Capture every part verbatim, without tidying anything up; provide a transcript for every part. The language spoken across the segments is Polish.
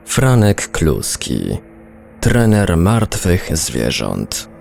Franek Kluski, trener martwych zwierząt.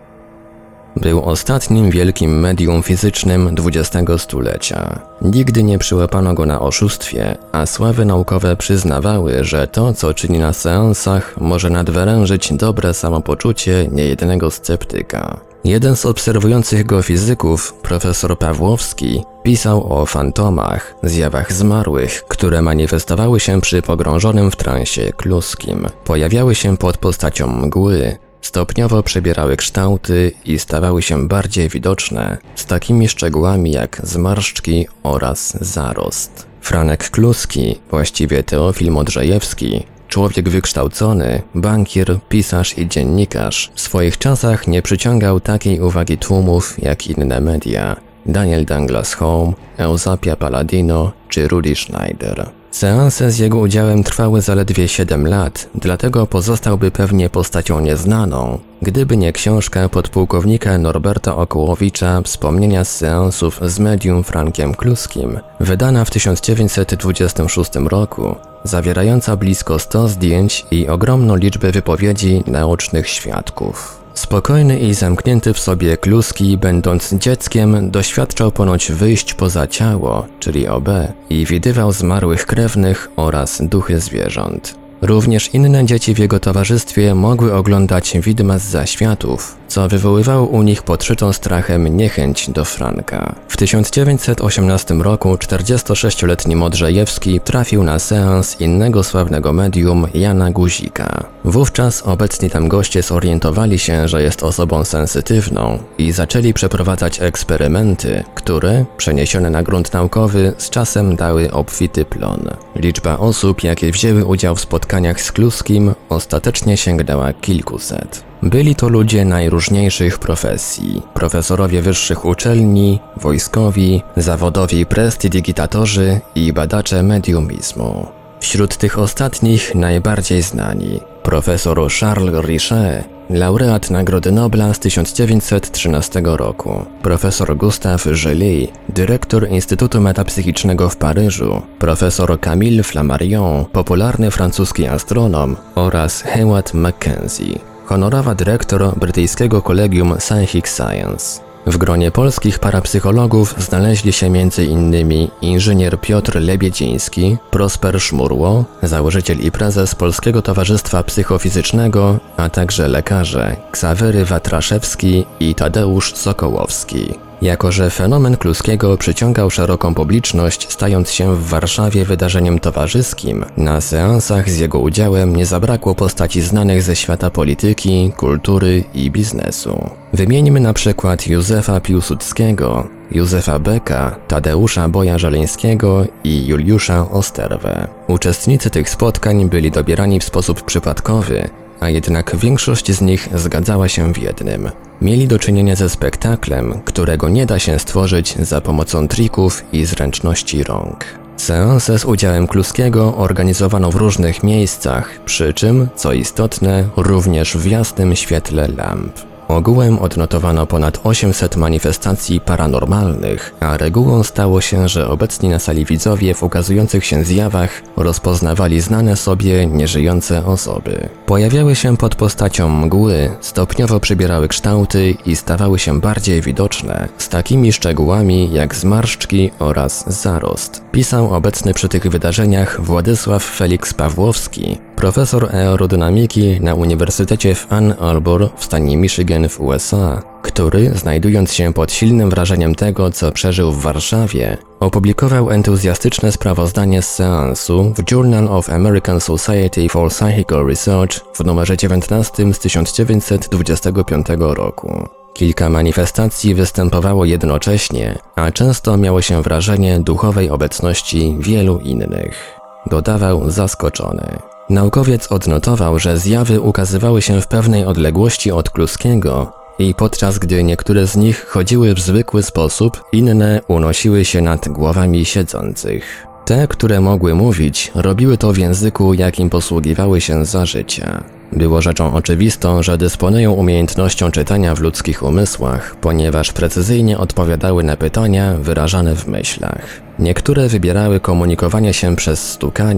Był ostatnim wielkim medium fizycznym dwudziestego stulecia. Nigdy nie przyłapano go na oszustwie, a sławy naukowe przyznawały, że to, co czyni na seansach, może nadwyrężyć dobre samopoczucie niejednego sceptyka. Jeden z obserwujących go fizyków, profesor Pawłowski, pisał o fantomach, zjawach zmarłych, które manifestowały się przy pogrążonym w transie Kluskim. Pojawiały się pod postacią mgły, stopniowo przybierały kształty i stawały się bardziej widoczne, z takimi szczegółami jak zmarszczki oraz zarost. Franek Kluski, właściwie Teofil Modrzejewski, człowiek wykształcony, bankier, pisarz i dziennikarz, w swoich czasach nie przyciągał takiej uwagi tłumów jak inne media. Daniel Douglas Home, Eusapia Palladino czy Rudy Schneider. Seanse z jego udziałem trwały zaledwie siedem lat, dlatego pozostałby pewnie postacią nieznaną, gdyby nie książka podpułkownika Norberta Okułowicza Wspomnienia z seansów z medium Frankiem Kluskim, wydana w tysiąc dziewięćset dwudziestym szóstym roku, zawierająca blisko sto zdjęć i ogromną liczbę wypowiedzi naocznych świadków. Spokojny i zamknięty w sobie Kluski, będąc dzieckiem, doświadczał ponoć wyjść poza ciało, czyli O B, i widywał zmarłych krewnych oraz duchy zwierząt. Również inne dzieci w jego towarzystwie mogły oglądać widma z zaświatów, co wywoływało u nich podszytą strachem niechęć do Franka. W tysiąc dziewięćset osiemnastym roku czterdziestosześcioletni Modrzejewski trafił na seans innego sławnego medium Jana Guzika. Wówczas obecni tam goście zorientowali się, że jest osobą sensytywną i zaczęli przeprowadzać eksperymenty, które, przeniesione na grunt naukowy, z czasem dały obfity plon. Liczba osób, jakie wzięły udział w spotkaniach z Kluskim, ostatecznie sięgnęła kilkuset. Byli to ludzie najróżniejszych profesji, profesorowie wyższych uczelni, wojskowi, zawodowi prestidigitatorzy i badacze mediumizmu. Wśród tych ostatnich najbardziej znani profesor Charles Richet, laureat Nagrody Nobla z tysiąc dziewięćset trzynastego roku, profesor Gustave Gély, dyrektor Instytutu Metapsychicznego w Paryżu, profesor Camille Flammarion, popularny francuski astronom oraz Howard Mackenzie, honorowa dyrektor brytyjskiego kolegium Psychic Science. W gronie polskich parapsychologów znaleźli się między innymi inżynier Piotr Lebiedziński, Prosper Szmurło, założyciel i prezes Polskiego Towarzystwa Psychofizycznego, a także lekarze Ksawery Watraszewski i Tadeusz Sokołowski. Jako że fenomen Kluskiego przyciągał szeroką publiczność, stając się w Warszawie wydarzeniem towarzyskim, na seansach z jego udziałem nie zabrakło postaci znanych ze świata polityki, kultury i biznesu. Wymieńmy na przykład Józefa Piłsudskiego, Józefa Beka, Tadeusza Boja-Żeleńskiego i Juliusza Osterwę. Uczestnicy tych spotkań byli dobierani w sposób przypadkowy, a jednak większość z nich zgadzała się w jednym. Mieli do czynienia ze spektaklem, którego nie da się stworzyć za pomocą trików i zręczności rąk. Seanse z udziałem Kluskiego organizowano w różnych miejscach, przy czym, co istotne, również w jasnym świetle lamp. Ogółem odnotowano ponad osiemset manifestacji paranormalnych, a regułą stało się, że obecni na sali widzowie w ukazujących się zjawach rozpoznawali znane sobie nieżyjące osoby. Pojawiały się pod postacią mgły, stopniowo przybierały kształty i stawały się bardziej widoczne, z takimi szczegółami jak zmarszczki oraz zarost. Pisał obecny przy tych wydarzeniach Władysław Felix Pawłowski, profesor aerodynamiki na Uniwersytecie w Ann Arbor w stanie Michigan w U S A, który, znajdując się pod silnym wrażeniem tego, co przeżył w Warszawie, opublikował entuzjastyczne sprawozdanie z seansu w Journal of American Society for Psychical Research w numerze dziewiętnastym z tysiąc dziewięćset dwudziestego piątego roku. Kilka manifestacji występowało jednocześnie, a często miało się wrażenie duchowej obecności wielu innych. Dodawał zaskoczony. Naukowiec odnotował, że zjawy ukazywały się w pewnej odległości od Kluskiego i podczas gdy niektóre z nich chodziły w zwykły sposób, inne unosiły się nad głowami siedzących. Te, które mogły mówić, robiły to w języku, jakim posługiwały się za życia. Było rzeczą oczywistą, że dysponują umiejętnością czytania w ludzkich umysłach, ponieważ precyzyjnie odpowiadały na pytania wyrażane w myślach. Niektóre wybierały komunikowanie się przez stukanie,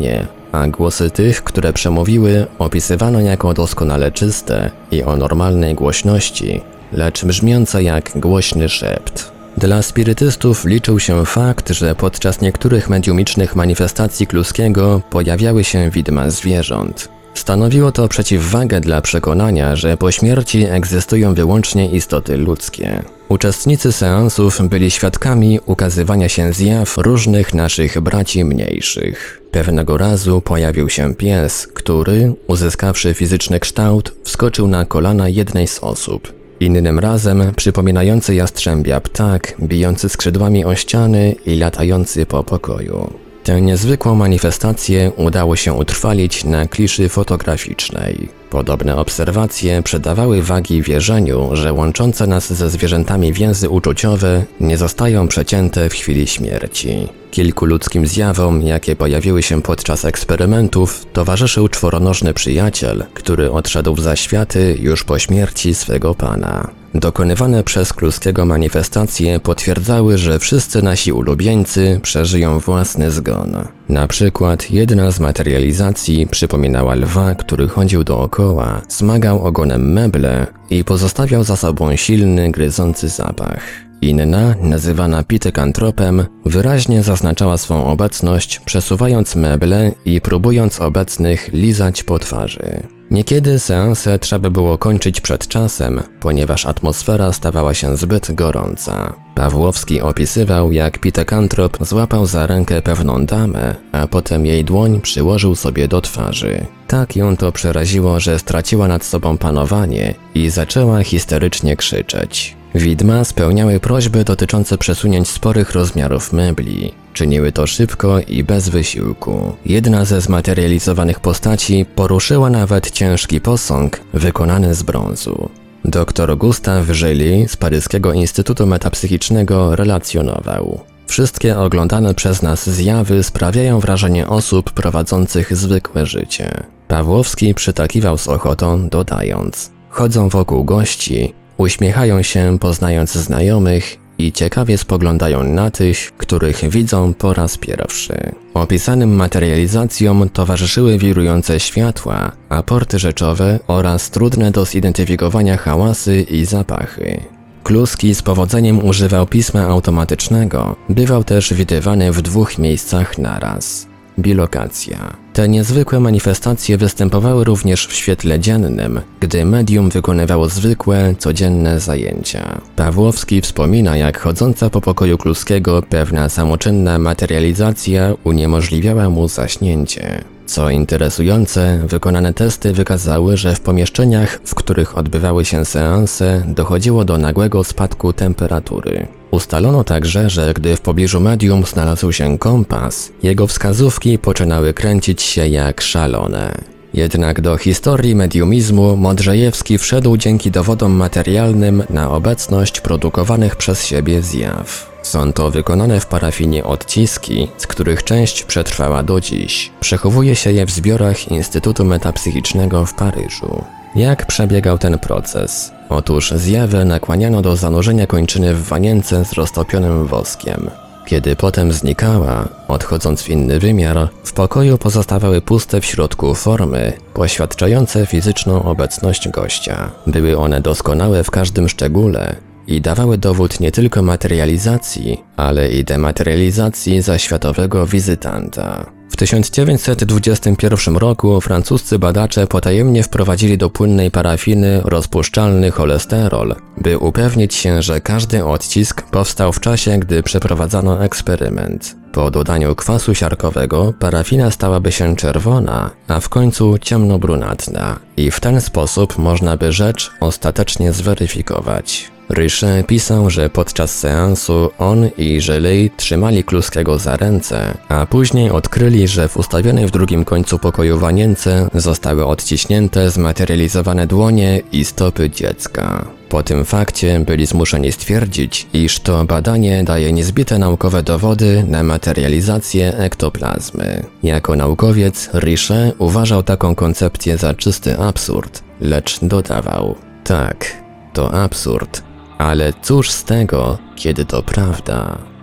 a głosy tych, które przemówiły, opisywano jako doskonale czyste i o normalnej głośności, lecz brzmiące jak głośny szept. Dla spirytystów liczył się fakt, że podczas niektórych mediumicznych manifestacji Kluskiego pojawiały się widma zwierząt. Stanowiło to przeciwwagę dla przekonania, że po śmierci egzystują wyłącznie istoty ludzkie. Uczestnicy seansów byli świadkami ukazywania się zjaw różnych naszych braci mniejszych. Pewnego razu pojawił się pies, który, uzyskawszy fizyczny kształt, wskoczył na kolana jednej z osób. Innym razem przypominający jastrzębia ptak, bijący skrzydłami o ściany i latający po pokoju. Tę niezwykłą manifestację udało się utrwalić na kliszy fotograficznej. Podobne obserwacje przydawały wagi wierzeniu, że łączące nas ze zwierzętami więzy uczuciowe nie zostają przecięte w chwili śmierci. Kilku ludzkim zjawom, jakie pojawiły się podczas eksperymentów, towarzyszył czworonożny przyjaciel, który odszedł w zaświaty już po śmierci swego pana. Dokonywane przez Kluskiego manifestacje potwierdzały, że wszyscy nasi ulubieńcy przeżyją własny zgon. Na przykład jedna z materializacji przypominała lwa, który chodził dookoła, smagał ogonem meble i pozostawiał za sobą silny, gryzący zapach. Inna, nazywana pitykantropem, wyraźnie zaznaczała swą obecność, przesuwając meble i próbując obecnych lizać po twarzy. Niekiedy seanse trzeba było kończyć przed czasem, ponieważ atmosfera stawała się zbyt gorąca. Pawłowski opisywał, jak pitekantrop złapał za rękę pewną damę, a potem jej dłoń przyłożył sobie do twarzy. Tak ją to przeraziło, że straciła nad sobą panowanie i zaczęła histerycznie krzyczeć. Widma spełniały prośby dotyczące przesunięć sporych rozmiarów mebli. Czyniły to szybko i bez wysiłku. Jedna ze zmaterializowanych postaci poruszyła nawet ciężki posąg wykonany z brązu. Doktor Gustave Gilly z paryskiego Instytutu Metapsychicznego relacjonował: wszystkie oglądane przez nas zjawy sprawiają wrażenie osób prowadzących zwykłe życie. Pawłowski przytakiwał z ochotą, dodając: chodzą wokół gości, uśmiechają się, poznając znajomych i ciekawie spoglądają na tych, których widzą po raz pierwszy. Opisanym materializacjom towarzyszyły wirujące światła, aporty rzeczowe oraz trudne do zidentyfikowania hałasy i zapachy. Kluski z powodzeniem używał pisma automatycznego, bywał też widywany w dwóch miejscach naraz. Bilokacja. Te niezwykłe manifestacje występowały również w świetle dziennym, gdy medium wykonywało zwykłe, codzienne zajęcia. Pawłowski wspomina, jak chodząca po pokoju Kluskiego pewna samoczynna materializacja uniemożliwiała mu zaśnięcie. Co interesujące, wykonane testy wykazały, że w pomieszczeniach, w których odbywały się seanse, dochodziło do nagłego spadku temperatury. Ustalono także, że gdy w pobliżu medium znalazł się kompas, jego wskazówki poczynały kręcić się jak szalone. Jednak do historii mediumizmu Modrzejewski wszedł dzięki dowodom materialnym na obecność produkowanych przez siebie zjaw. Są to wykonane w parafinie odciski, z których część przetrwała do dziś. Przechowuje się je w zbiorach Instytutu Metapsychicznego w Paryżu. Jak przebiegał ten proces? Otóż zjawę nakłaniano do zanurzenia kończyny w wanience z roztopionym woskiem. Kiedy potem znikała, odchodząc w inny wymiar, w pokoju pozostawały puste w środku formy, poświadczające fizyczną obecność gościa. Były one doskonałe w każdym szczególe i dawały dowód nie tylko materializacji, ale i dematerializacji zaświatowego wizytanta. W tysiąc dziewięćset dwudziestym pierwszym roku francuscy badacze potajemnie wprowadzili do płynnej parafiny rozpuszczalny cholesterol, by upewnić się, że każdy odcisk powstał w czasie, gdy przeprowadzano eksperyment. Po dodaniu kwasu siarkowego parafina stałaby się czerwona, a w końcu ciemnobrunatna i w ten sposób można by rzecz ostatecznie zweryfikować. Richer pisał, że podczas seansu on i Gilly trzymali Kluskiego za ręce, a później odkryli, że w ustawionej w drugim końcu pokoju wanience zostały odciśnięte zmaterializowane dłonie i stopy dziecka. Po tym fakcie byli zmuszeni stwierdzić, iż to badanie daje niezbite naukowe dowody na materializację ektoplazmy. Jako naukowiec Richer uważał taką koncepcję za czysty absurd, lecz dodawał: tak, to absurd, ale cóż z tego, kiedy to prawda?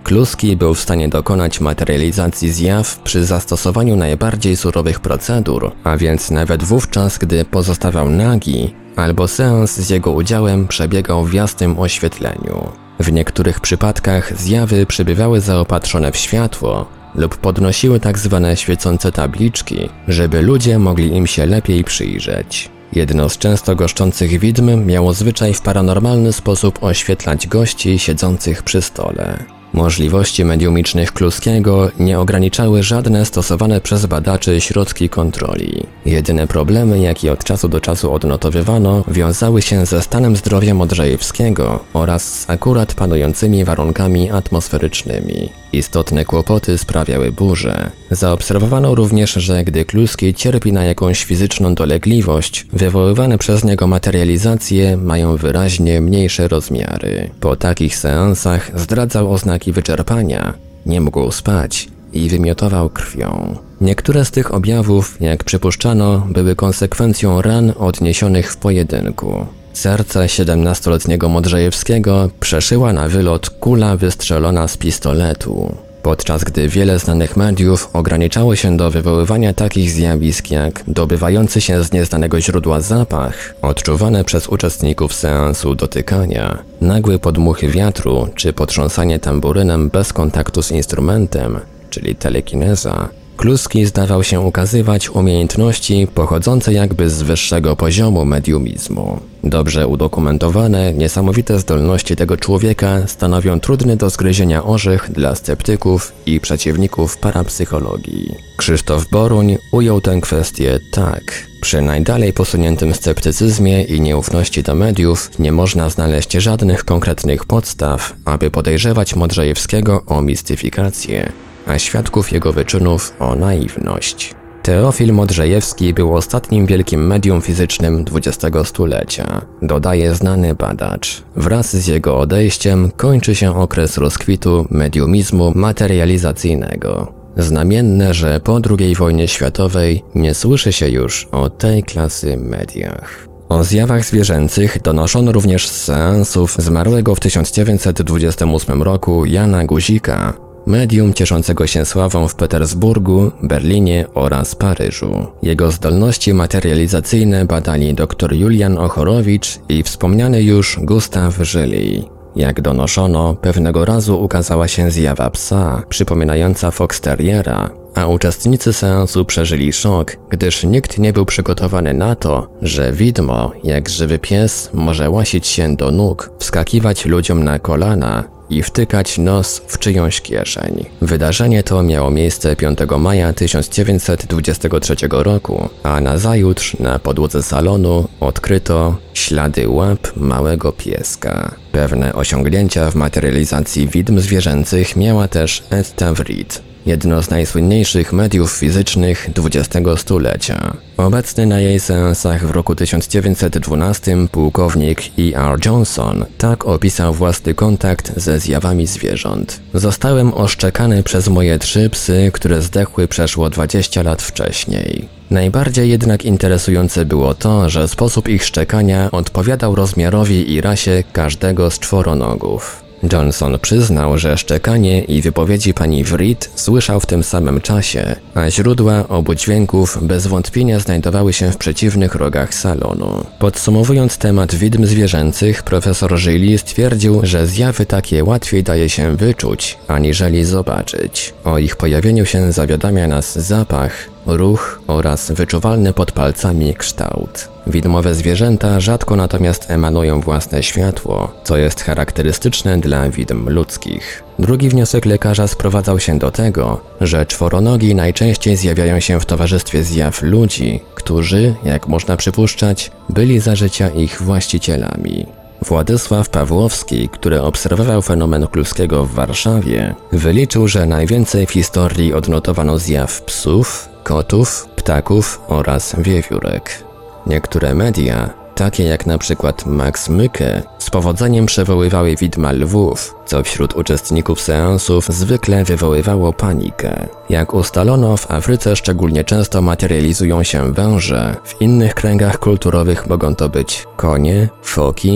Kluski był w stanie dokonać materializacji zjaw przy zastosowaniu najbardziej surowych procedur, a więc nawet wówczas, gdy pozostawał nagi, albo seans z jego udziałem przebiegał w jasnym oświetleniu. W niektórych przypadkach zjawy przybywały zaopatrzone w światło lub podnosiły tak zwane świecące tabliczki, żeby ludzie mogli im się lepiej przyjrzeć. Jedno z często goszczących widm miało zwyczaj w paranormalny sposób oświetlać gości siedzących przy stole. Możliwości mediumicznych Kluskiego nie ograniczały żadne stosowane przez badaczy środki kontroli. Jedyne problemy, jakie od czasu do czasu odnotowywano, wiązały się ze stanem zdrowia Modrzejewskiego oraz z akurat panującymi warunkami atmosferycznymi. Istotne kłopoty sprawiały burze. Zaobserwowano również, że gdy Kluski cierpi na jakąś fizyczną dolegliwość, wywoływane przez niego materializacje mają wyraźnie mniejsze rozmiary. Po takich seansach zdradzał oznaki wyczerpania, nie mógł spać i wymiotował krwią. Niektóre z tych objawów, jak przypuszczano, były konsekwencją ran odniesionych w pojedynku. Serce siedemnastoletniego Modrzejewskiego przeszyła na wylot kula wystrzelona z pistoletu. Podczas gdy wiele znanych mediów ograniczało się do wywoływania takich zjawisk jak dobywający się z nieznanego źródła zapach, odczuwane przez uczestników seansu dotykania, nagłe podmuchy wiatru czy potrząsanie tamburynem bez kontaktu z instrumentem, czyli telekineza, Kluski zdawał się ukazywać umiejętności pochodzące jakby z wyższego poziomu mediumizmu. Dobrze udokumentowane, niesamowite zdolności tego człowieka stanowią trudny do zgryzienia orzech dla sceptyków i przeciwników parapsychologii. Krzysztof Boruń ujął tę kwestię tak. Przy najdalej posuniętym sceptycyzmie i nieufności do mediów nie można znaleźć żadnych konkretnych podstaw, aby podejrzewać Modrzejewskiego o mistyfikację, a świadków jego wyczynów o naiwność. Teofil Modrzejewski był ostatnim wielkim medium fizycznym dwudziestego stulecia, dodaje znany badacz. Wraz z jego odejściem kończy się okres rozkwitu mediumizmu materializacyjnego. Znamienne, że po drugiej wojnie światowej nie słyszy się już o tej klasy mediach. O zjawach zwierzęcych donoszono również z seansów zmarłego w tysiąc dziewięćset dwudziestym ósmym roku Jana Guzika, medium cieszącego się sławą w Petersburgu, Berlinie oraz Paryżu. Jego zdolności materializacyjne badali dr Julian Ochorowicz i wspomniany już Gustaw Żyli. Jak donoszono, pewnego razu ukazała się zjawa psa, przypominająca fox terriera, a uczestnicy seansu przeżyli szok, gdyż nikt nie był przygotowany na to, że widmo, jak żywy pies, może łasić się do nóg, wskakiwać ludziom na kolana i wtykać nos w czyjąś kieszeń. Wydarzenie to miało miejsce piątego maja tysiąc dziewięćset dwudziestego trzeciego roku, a nazajutrz na podłodze salonu odkryto ślady łap małego pieska. Pewne osiągnięcia w materializacji widm zwierzęcych miała też Etta Wright, jedno z najsłynniejszych mediów fizycznych dwudziestego stulecia. Obecny na jej seansach w roku tysiąc dziewięćset dwunastym pułkownik E R Johnson tak opisał własny kontakt ze zjawami zwierząt. Zostałem oszczekany przez moje trzy psy, które zdechły przeszło dwadzieścia lat wcześniej. Najbardziej jednak interesujące było to, że sposób ich szczekania odpowiadał rozmiarowi i rasie każdego z czworonogów. Johnson przyznał, że szczekanie i wypowiedzi pani Wright słyszał w tym samym czasie, a źródła obu dźwięków bez wątpienia znajdowały się w przeciwnych rogach salonu. Podsumowując temat widm zwierzęcych, profesor Żyli stwierdził, że zjawy takie łatwiej daje się wyczuć, aniżeli zobaczyć. O ich pojawieniu się zawiadamia nas zapach, ruch oraz wyczuwalny pod palcami kształt. Widmowe zwierzęta rzadko natomiast emanują własne światło, co jest charakterystyczne dla widm ludzkich. Drugi wniosek lekarza sprowadzał się do tego, że czworonogi najczęściej zjawiają się w towarzystwie zjaw ludzi, którzy, jak można przypuszczać, byli za życia ich właścicielami. Władysław Pawłowski, który obserwował fenomen Kluskiego w Warszawie, wyliczył, że najwięcej w historii odnotowano zjaw psów, kotów, ptaków oraz wiewiórek. Niektóre media, takie jak na przykład Max Myke, z powodzeniem przywoływały widma lwów, co wśród uczestników seansów zwykle wywoływało panikę. Jak ustalono, w Afryce szczególnie często materializują się węże, w innych kręgach kulturowych mogą to być konie, foki,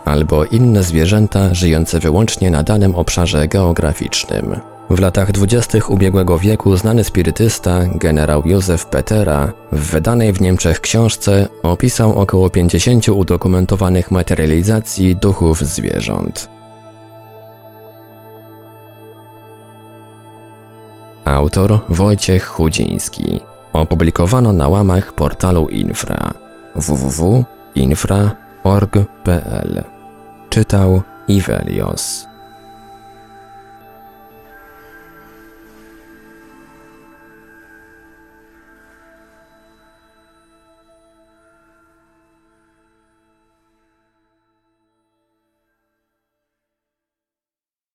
albo inne zwierzęta żyjące wyłącznie na danym obszarze geograficznym. W latach dwudziestych ubiegłego wieku znany spirytysta, generał Józef Petera, w wydanej w Niemczech książce opisał około pięćdziesięciu udokumentowanych materializacji duchów zwierząt. Autor Wojciech Chudziński. Opublikowano na łamach portalu Infra w w w kropka infra kropka org kropka p l. Czytał Ivelios.